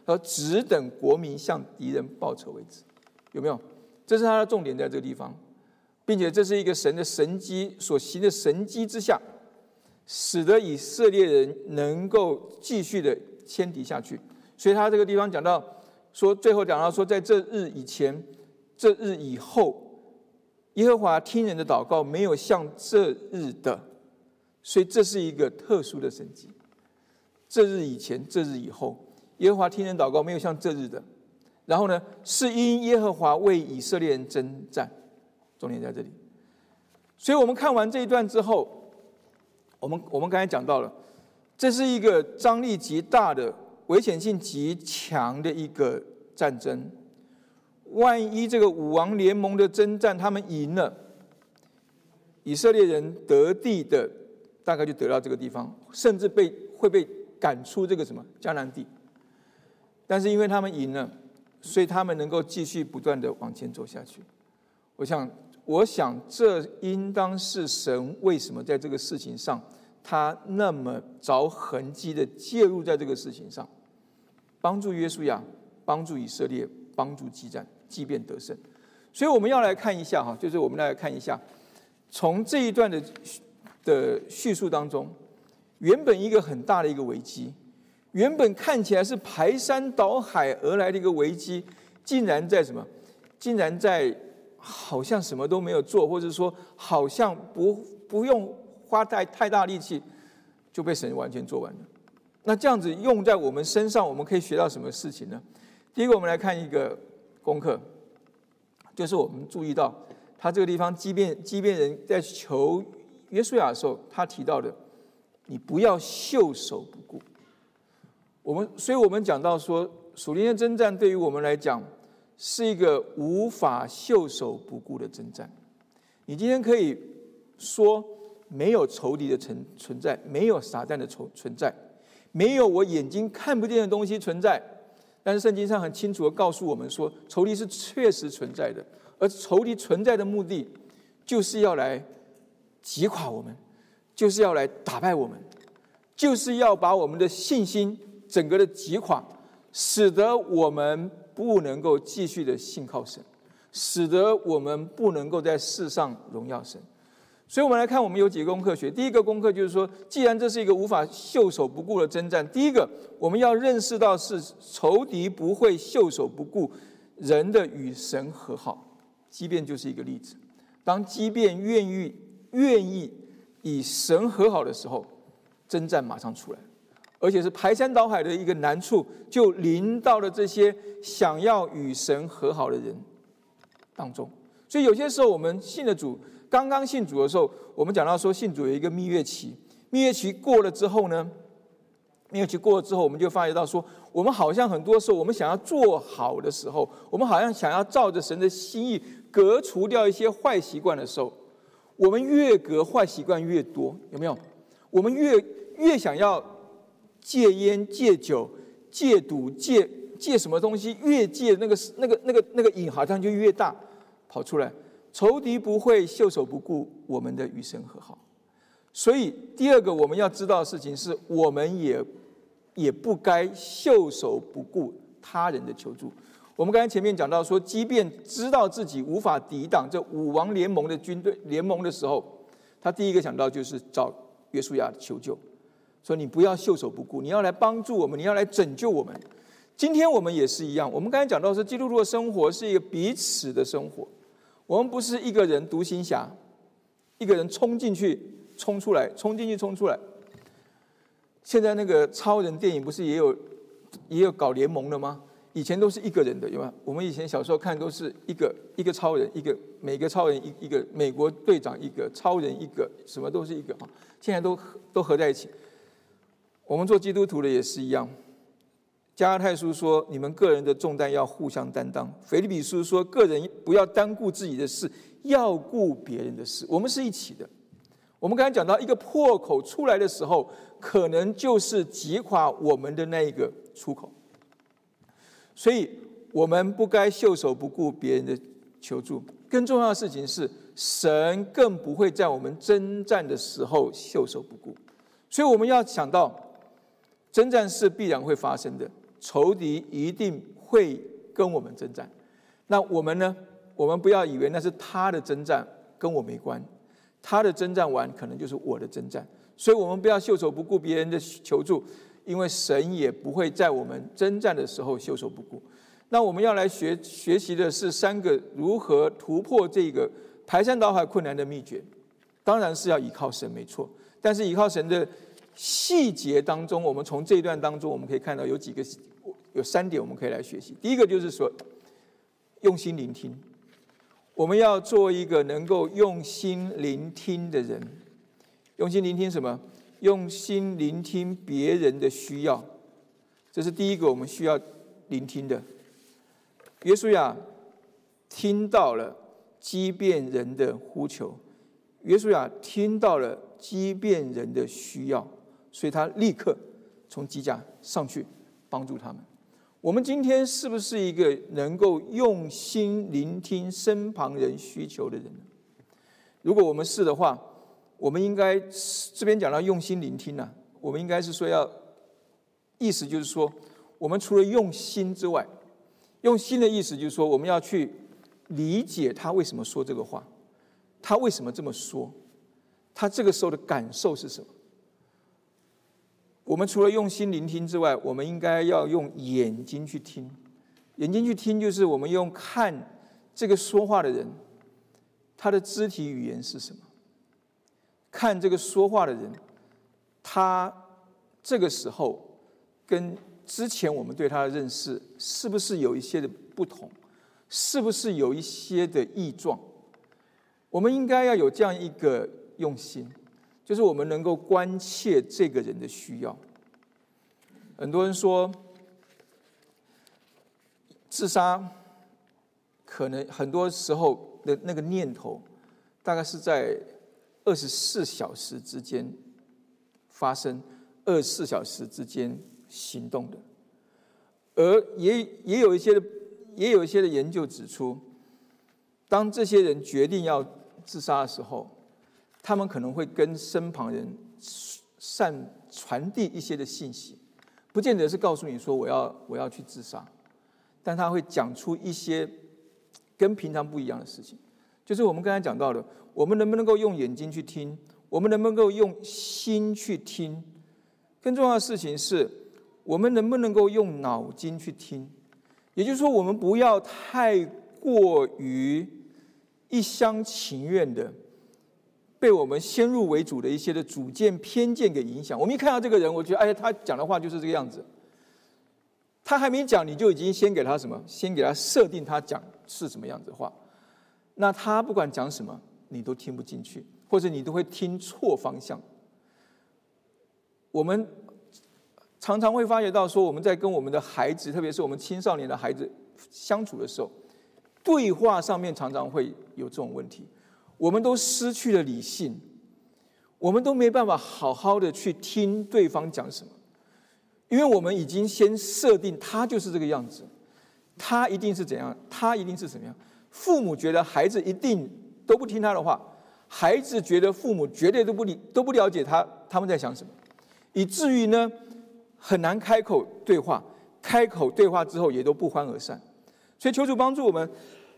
他说只等国民向敌人报仇为止。有没有？这是他的重点在这个地方，并且这是一个神的神迹所行的神迹之下，使得以色列人能够继续的牵敌下去。所以他这个地方讲到说，最后讲到说，在这日以前、这日以后，耶和华听人的祷告没有像这日的，所以这是一个特殊的神迹。这日以前、这日以后，耶和华听人祷告没有像这日的。然后呢，是因耶和华为以色列人征战，重点在这里。所以我们看完这一段之后，我们刚才讲到了，这是一个张力极大的、危险性极强的一个战争。万一这个五王联盟的征战他们赢了，以色列人得地的大概就得到这个地方，甚至会被赶出这个什么迦南地。但是因为他们赢了，所以他们能够继续不断的往前走下去。我想这应当是神为什么在这个事情上他那么着痕迹的介入在这个事情上，帮助约书亚，帮助以色列，帮助激战，即便得胜。所以我们要来看一下哈，就是我们来看一下，从这一段的叙述当中，原本一个很大的一个危机，原本看起来是排山倒海而来的一个危机，竟然在什么？竟然在好像什么都没有做，或者说好像不用花太大力气，就被神完全做完了。那这样子用在我们身上，我们可以学到什么事情呢？第一个，我们来看一个功课，就是我们注意到他这个地方，即便人在求约书亚的时候，他提到的，你不要袖手不顾。所以我们讲到说，属灵的征战对于我们来讲是一个无法袖手不顾的征战。你今天可以说没有仇敌的存在，没有撒旦的存在，没有我眼睛看不见的东西存在，但是圣经上很清楚地告诉我们说，仇敌是确实存在的，而仇敌存在的目的就是要来击垮我们，就是要来打败我们，就是要把我们的信心整个的击垮，使得我们不能够继续的信靠神，使得我们不能够在世上荣耀神。所以我们来看，我们有几个功课学。第一个功课就是说，既然这是一个无法袖手不顾的征战，第一个我们要认识到是仇敌不会袖手不顾人的与神和好。即便就是一个例子，当即便愿意以神和好的时候，征战马上出来，而且是排山倒海的一个难处就临到了这些想要与神和好的人当中。所以有些时候我们信了主，刚刚信主的时候，我们讲到说信主有一个蜜月期，蜜月期过了之后呢，我们就发觉到说，我们好像很多时候我们想要做好的时候，我们好像想要照着神的心意革除掉一些坏习惯的时候，我们越革坏习惯越多，有没有？我们越想要戒烟、戒酒、戒赌、戒什么东西，越戒那个瘾好像就越大跑出来。仇敌不会袖手不顾我们的与神和好。所以第二个我们要知道的事情是，我们也不该袖手不顾他人的求助。我们刚才前面讲到说，即便知道自己无法抵挡这五王联盟的军队联盟的时候，他第一个想到就是找约书亚求救，说你不要袖手不顾，你要来帮助我们，你要来拯救我们。今天我们也是一样，我们刚才讲到说，基督徒的生活是一个彼此的生活，我们不是一个人独行侠，一个人冲进去冲出来。现在那个超人电影不是也有搞联盟的吗？以前都是一个人的，有吗？我们以前小时候看都是一个超人，每个超人一个美国队长，一个超人一个，什么都是一个，现在都合在一起。我们做基督徒的也是一样。加拉太书说，你们个人的重担要互相担当。腓立比书说，个人不要单顾自己的事，要顾别人的事。我们是一起的。我们刚才讲到，一个破口出来的时候，可能就是击垮我们的那一个出口。所以我们不该袖手不顾别人的求助。更重要的事情是，神更不会在我们征战的时候袖手不顾。所以我们要想到，征战是必然会发生的。 仇敌一定会跟我们征战。那我们呢？我们不要以为那是他的征战，跟我没关。他的征战完，可能就是我的征战。所以我们不要袖手不顾别人的求助，因为神也不会在我们征战的时候袖手不顾。那我们要来学习的是3个如何突破这个排山倒海困难的秘诀。当然是要依靠神，没错。但是依靠神的细节当中，我们从这一段当中，我们可以看到有3点我们可以来学习。第一个就是说，用心聆听。我们要做一个能够用心聆听的人。用心聆听什么？用心聆听别人的需要，这是第一个我们需要聆听的。约书亚听到了基遍人的呼求，约书亚听到了基遍人的需要，所以他立刻从基甲上去帮助他们。我们今天是不是一个能够用心聆听身旁人需求的人呢？如果我们是的话，我们应该这边讲到用心聆听啊，我们应该是说意思就是说，我们除了用心之外，用心的意思就是说，我们要去理解他为什么说这个话，他为什么这么说，他这个时候的感受是什么。我们除了用心聆听之外，我们应该要用眼睛去听。眼睛去听，就是我们用看这个说话的人，他的肢体语言是什么。看这个说话的人，他这个时候跟之前我们对他的认识是不是有一些的不同，是不是有一些的异状。我们应该要有这样一个用心，就是我们能够关切这个人的需要。很多人说自杀可能很多时候的那个念头大概是在24小时之间发生，24小时之间行动的。而也有一些的研究指出，当这些人决定要自杀的时候，他们可能会跟身旁人传递一些的信息，不见得是告诉你说我要去自杀，但他会讲出一些跟平常不一样的事情。就是我们刚才讲到的，我们能不能够用眼睛去听，我们能不能够用心去听，更重要的事情是我们能不能够用脑筋去听。也就是说，我们不要太过于一厢情愿的被我们先入为主的一些的主见偏见给影响。我们一看到这个人，我觉得他讲的话就是这个样子，他还没讲，你就已经先给他什么？先给他设定他讲是什么样子的话，那他不管讲什么，你都听不进去，或者你都会听错方向。我们常常会发觉到说，我们在跟我们的孩子，特别是我们青少年的孩子相处的时候，对话上面常常会有这种问题。我们都失去了理性，我们都没办法好好的去听对方讲什么，因为我们已经先设定他就是这个样子，他一定是怎样，他一定是怎么样。父母觉得孩子一定都不听他的话，孩子觉得父母绝对都不了解他们在想什么，以至于呢很难开口对话，开口对话之后也都不欢而散。所以求主帮助我们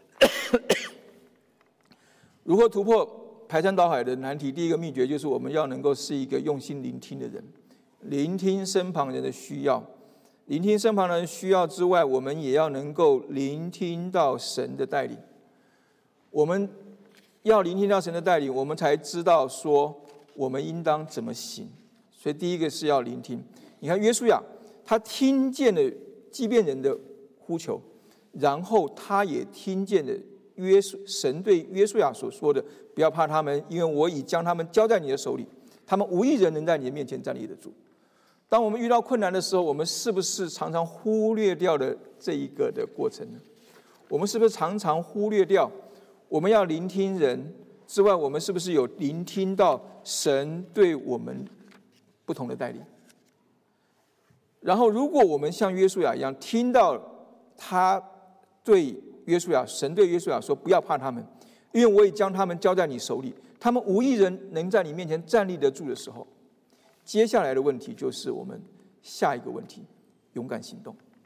如何突破排山倒海的难题。第一个秘诀就是我们要能够是一个用心聆听的人，聆听身旁人的需要。聆听身旁人的需要之外，我们也要能够聆听到神的带领。我们要聆听到神的带领，我们才知道说我们应当怎么行。所以第一个是要聆听。你看约书亚，他听见了基遍人的呼求，然后他也听见了神对约书亚所说的，不要怕他们，因为我已将他们交在你的手里，他们无一人能在你的面前站立得住。当我们遇到困难的时候，我们是不是常常忽略掉了这一个的过程呢？我们是不是常常忽略掉我们要聆听人之外，我们是不是有聆听到神对我们不同的带领？然后如果我们像约书亚一样听到他对神对约书亚说，不要怕他们，因为我已将他们交在你手里，他们无一人能在你面前站立得住的时候，接下来的问题就是我们下一个问题：勇敢行动。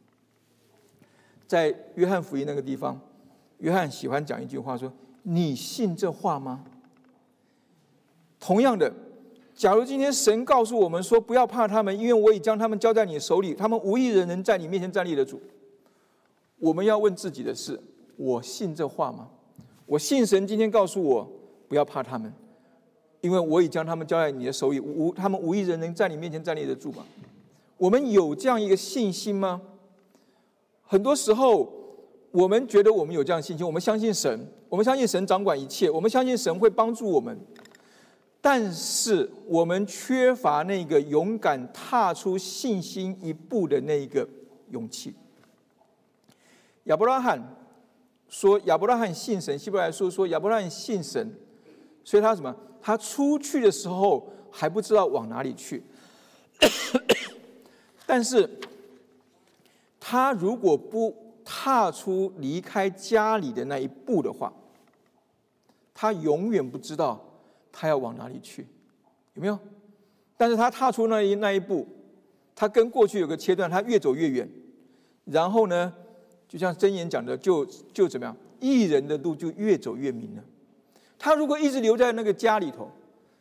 在约翰福音那个地方，约翰喜欢讲一句话说：“你信这话吗？”同样的，假如今天神告诉我们说不要怕他们，因为我已将他们交在你手里，他们无一人能在你面前站立得住。我们要问自己的是：我信这话吗？我信神今天告诉我不要怕他们，因为我已将他们交在你的手里，他们无一人能在你面前站立得住吗？我们有这样一个信心吗？很多时候我们觉得我们有这样的信心，我们相信神，我们相信神掌管一切，我们相信神会帮助我们，但是我们缺乏那个勇敢踏出信心一步的那一个勇气。亚伯拉罕说，亚伯拉罕信神，希伯来书说亚伯拉罕信神，所以他什么？他出去的时候还不知道往哪里去，但是他如果不踏出离开家里的那一步的话，他永远不知道他要往哪里去，有没有？但是他踏出那一步，他跟过去有个切断，他越走越远。然后呢，就像箴言讲的，就怎么样？义人的路就越走越明了。他如果一直留在那个家里头，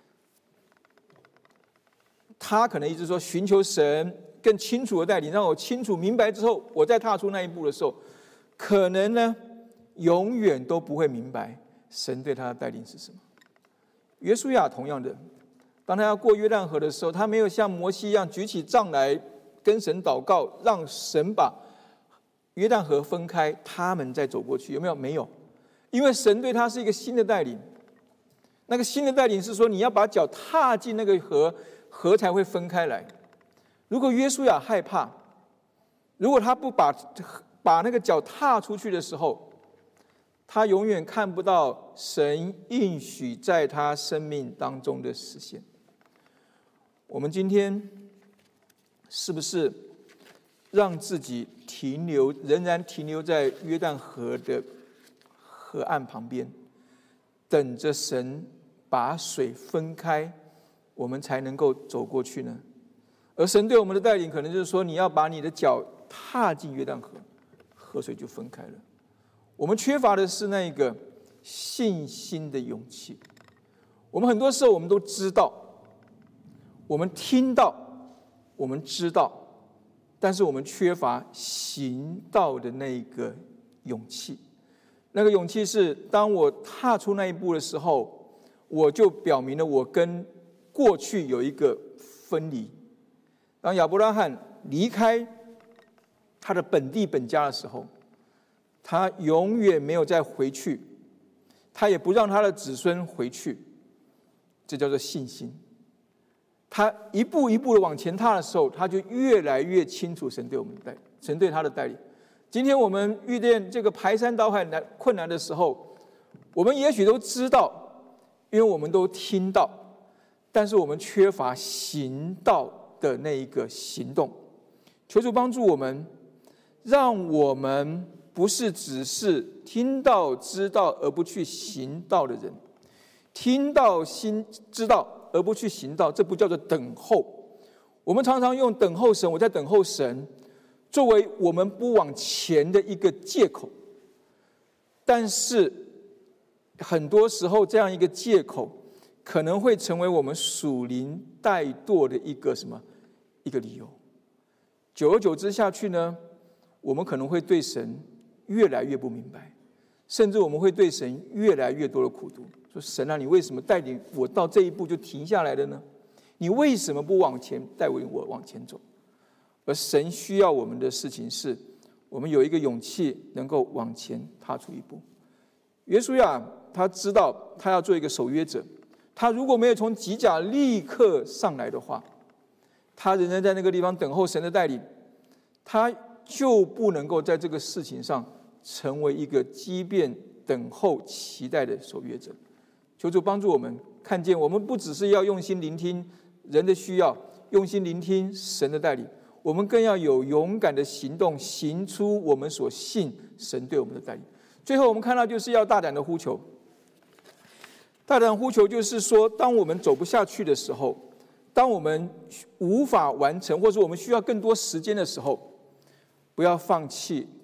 他可能一直说寻求神更清楚的带领，让我清楚明白之后，我再踏出那一步的时候，可能呢，永远都不会明白神对他的带领是什么。约书亚同样的，当他要过约旦河的时候，他没有像摩西一样举起杖来跟神祷告，让神把约旦河分开，他们再走过去，有没有？没有，因为神对他是一个新的带领。那个新的带领是说，你要把脚踏进那个河，河才会分开来。如果约书亚害怕，如果他不把那个脚踏出去的时候，他永远看不到神应许在他生命当中的实现。我们今天是不是让自己仍然停留在约旦河的河岸旁边，等着神把水分开，我们才能够走过去呢？而神对我们的带领，可能就是说，你要把你的脚踏进约旦河，河水就分开了。我们缺乏的是那个信心的勇气。我们很多时候我们都知道，我们听到，我们知道，但是我们缺乏行道的那个勇气。那个勇气是，当我踏出那一步的时候，我就表明了我跟过去有一个分离。当亚伯拉罕离开他的本地本家的时候，他永远没有再回去，他也不让他的子孙回去，这叫做信心。他一步一步的往前踏的时候，他就越来越清楚神对他的带领。今天我们遇见这个排山倒海困难的时候，我们也许都知道，因为我们都听到，但是我们缺乏行道的那一个行动。求主帮助我们，让我们不是只是听到知道而不去行道的人。听到知道而不去行道，这不叫做等候。我们常常用等候神，我在等候神，作为我们不往前的一个借口。但是很多时候，这样一个借口可能会成为我们属灵怠惰的一个理由。久而久之下去呢，我们可能会对神越来越不明白，甚至我们会对神越来越多的苦毒。说神啊，你为什么带领我到这一步就停下来了呢？你为什么不往前带领我往前走？而神需要我们的事情是，我们有一个勇气能够往前踏出一步。约书亚他知道他要做一个守约者，他如果没有从吉甲立刻上来的话，他仍然在那个地方等候神的带领，他就不能够在这个事情上成为一个机变等候期待的守约者。求主帮助我们看见，我们不只是要用心聆听人的需要，用心聆听神的带领，我们更要有勇敢的行动，行出我们所信神对我们的带领。最后我们看到就是要大胆的呼求。大胆呼求就是说，当我们走不下去的时候，当我们无法完成，或者我们需要更多时间的时候，不要放弃，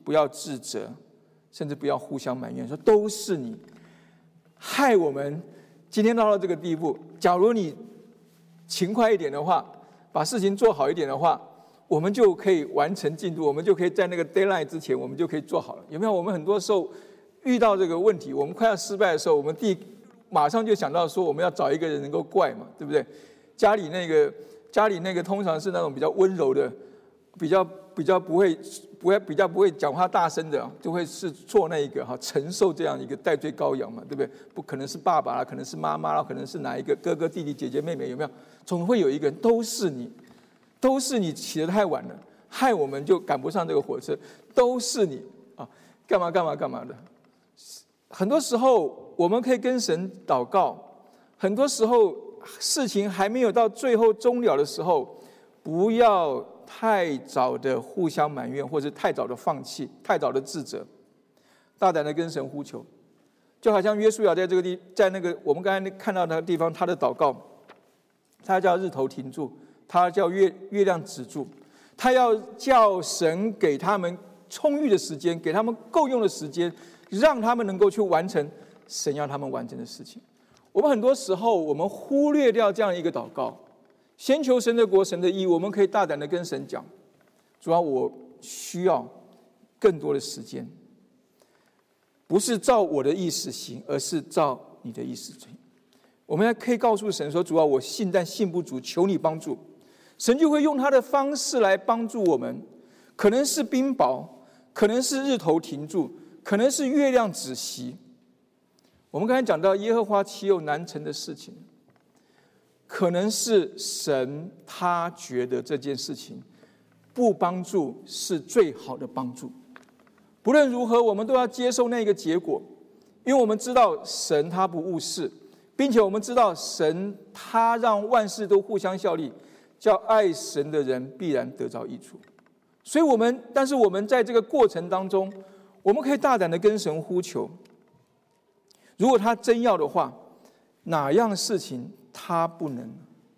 不要自责，甚至不要互相埋怨，说都是你害我们今天到了这个地步。假如你勤快一点的话，把事情做好一点的话，我们就可以完成进度，我们就可以在那个 deadline 之前，我们就可以做好了。有没有？我们很多时候遇到这个问题，我们快要失败的时候，我们马上就想到说，我们要找一个人能够怪嘛，对不对？家里那个通常是那种比较温柔的，比较不会讲话大声的，就会是做那一个承受这样一个代罪羔羊嘛，对不对？不可能是爸爸啦，可能是妈妈啦，可能是哪一个哥哥弟弟姐姐妹妹，有没有？总会有一个人，都是你起得太晚了，害我们就赶不上这个火车，都是你啊，干嘛的。很多时候我们可以跟神祷告，很多时候事情还没有到最后终了的时候，不要太早的互相埋怨，或者太早的放弃，太早的自责，大胆的跟神呼求。就好像约书亚在那个我们刚才看到的地方，他的祷告，他叫日头停住，他叫月亮止住，他要叫神给他们充裕的时间，给他们够用的时间，让他们能够去完成神要他们完成的事情。我们很多时候我们忽略掉这样一个祷告，先求神的国神的义，我们可以大胆的跟神讲，主要我需要更多的时间，不是照我的意思行，而是照你的意思行。我们可以告诉神说，主要我信但信不足，求你帮助。神就会用他的方式来帮助我们，可能是冰雹，可能是日头停住，可能是月亮止息。我们刚才讲到耶和华岂有难成的事情，可能是神他觉得这件事情不帮助是最好的帮助。不论如何，我们都要接受那个结果，因为我们知道神他不误事，并且我们知道神他让万事都互相效力，叫爱神的人必然得着益处。所以但是我们在这个过程当中，我们可以大胆的跟神呼求，如果他真要的话，哪样事情他不能？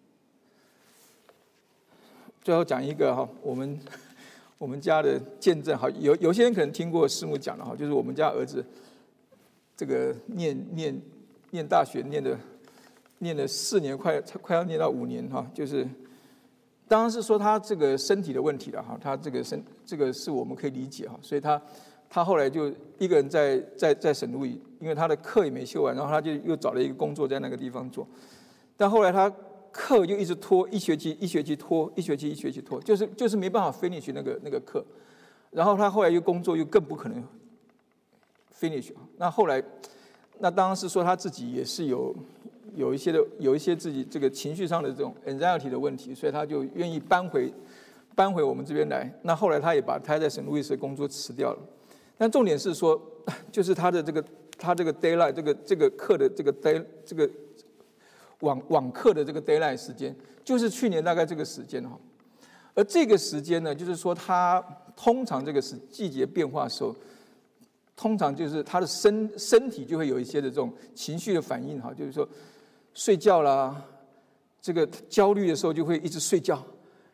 最后讲一个我们家的见证，有些人可能听过师母讲的，就是我们家儿子这个念大学念了4年，快要念到5年就是当然是说他这个身体的问题了他这个是我们可以理解所以他后来就一个人在省路，因为他的课也没修完，然后他就又找了一个工作在那个地方做，但后来他课就一直拖，一学期拖，一学期拖，就是没办法 finish 那个课，然后他后来又工作又更不可能 finish。那后来，那当然是说他自己也是有一些自己这个情绪上的这种 anxiety 的问题，所以他就愿意搬回我们这边来。那后来他也把他在圣路易斯的工作辞掉了。但重点是说，就是他这个 deadline 这个课的这个网课的这个 deadline 时间，就是去年大概这个时间而这个时间呢，就是说他通常这个是季节变化的时候，通常就是他的身体就会有一些的这种情绪的反应就是说睡觉啦，这个焦虑的时候就会一直睡觉，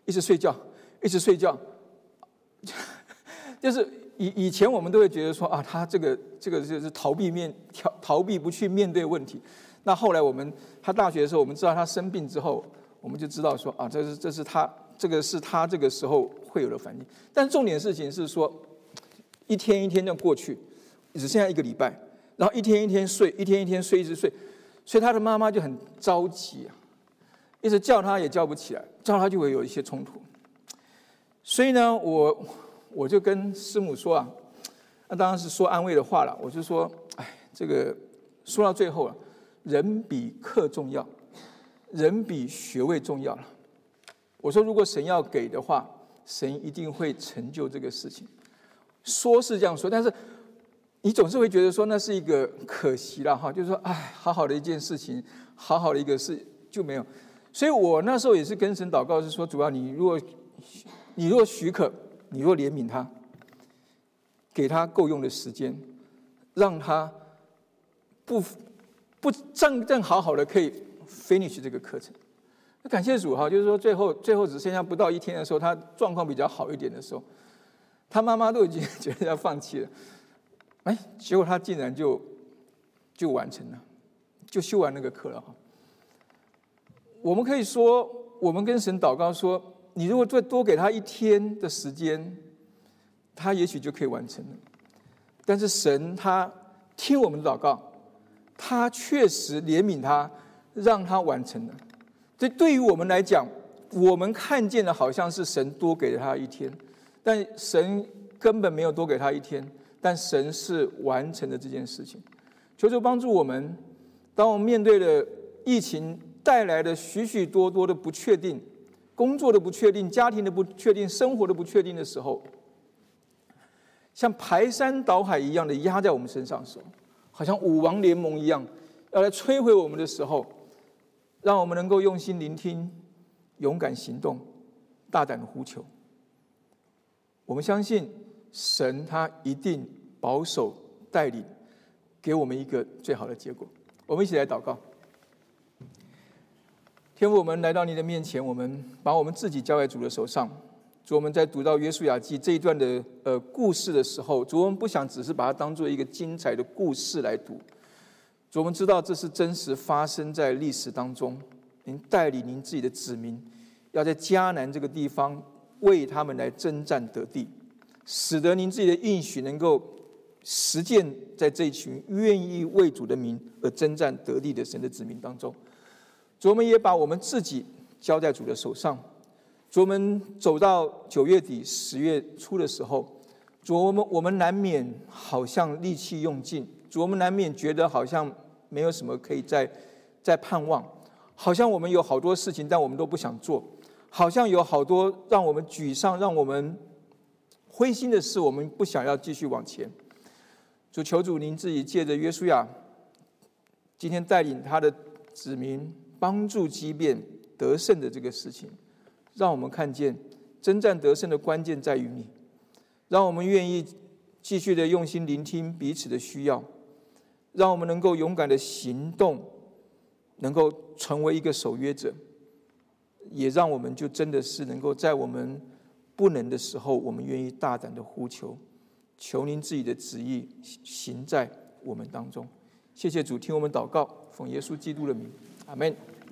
就是以前我们都会觉得说他这个就是逃避不去面对问题。那后来他大学的时候，我们知道他生病之后，我们就知道说这是他这个时候会有的反应。但重点事情是说，一天一天这样过去，只剩下1个礼拜，然后一天一天睡，一直睡，所以他的妈妈就很着急一直叫他也叫不起来，叫他就会有一些冲突。所以呢，我就跟师母说那当然是说安慰的话了。我就说，这个说到最后了，人比课重要，人比学位重要了。我说，如果神要给的话，神一定会成就这个事情。说是这样说，但是你总是会觉得说那是一个可惜了就是说，好好的一件事情，好好的一个事就没有。所以我那时候也是跟神祷告，是说，主要你如果许可，你若怜悯他，给他够用的时间，让他不正好的可以 finish 这个课程。感谢主就是说最后只剩下不到1天的时候，他状况比较好一点的时候， 他妈妈都已经觉得要放弃了，结果他竟然就完成了，就修完那个课了。我们可以说，我们跟神祷告说，你如果再多给他1天的时间，他也许就可以完成了。但是神他听我们的祷告，他确实怜悯他，让他完成了。这对于我们来讲，我们看见的好像是神多给了他1天，但神根本没有多给他1天，但神是完成了这件事情。求主帮助我们，当我们面对了疫情带来的许许多多的不确定，工作的不确定，家庭的不确定，生活的不确定的时候，像排山倒海一样的压在我们身上的时候，好像武王联盟一样要来摧毁我们的时候，让我们能够用心聆听，勇敢行动，大胆的呼求。我们相信神他一定保守带领，给我们一个最好的结果。我们一起来祷告。天父，我们来到你的面前，我们把我们自己交在主的手上。主，我们在读到约书亚记这一段的故事的时候，主，我们不想只是把它当作一个精彩的故事来读。主，我们知道这是真实发生在历史当中，您带领您自己的子民，要在迦南这个地方为他们来征战得地，使得您自己的应许能够实践在这一群愿意为主的民而征战得地的神的子民当中。主，我们也把我们自己交在主的手上。主，我们走到9月底10月初的时候，主，我们难免好像力气用尽，主，我们难免觉得好像没有什么可以再盼望，好像我们有好多事情但我们都不想做，好像有好多让我们沮丧让我们灰心的事，我们不想要继续往前。主，求主您自己借着约书亚今天带领他的子民帮助击变得胜的这个事情，让我们看见征战得胜的关键在于你，让我们愿意继续的用心聆听彼此的需要，让我们能够勇敢的行动，能够成为一个守约者，也让我们就真的是能够在我们不能的时候，我们愿意大胆的呼求，求您自己的旨意行在我们当中。谢谢主，听我们祷告，奉耶稣基督的名，阿们。